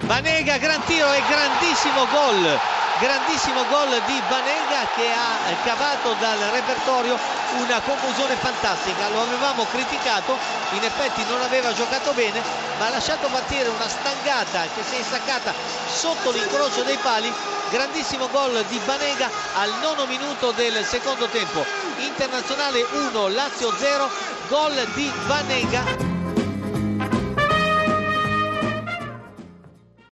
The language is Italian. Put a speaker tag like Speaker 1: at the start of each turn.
Speaker 1: Banega, gran tiro e grandissimo gol di Banega che ha cavato dal repertorio una conclusione fantastica. Lo avevamo criticato, in effetti non aveva giocato bene, ma ha lasciato partire una stangata che si è insaccata sotto l'incrocio dei pali. Grandissimo gol di Banega al 9° minuto del secondo tempo. Internazionale 1, Lazio 0, gol di Banega.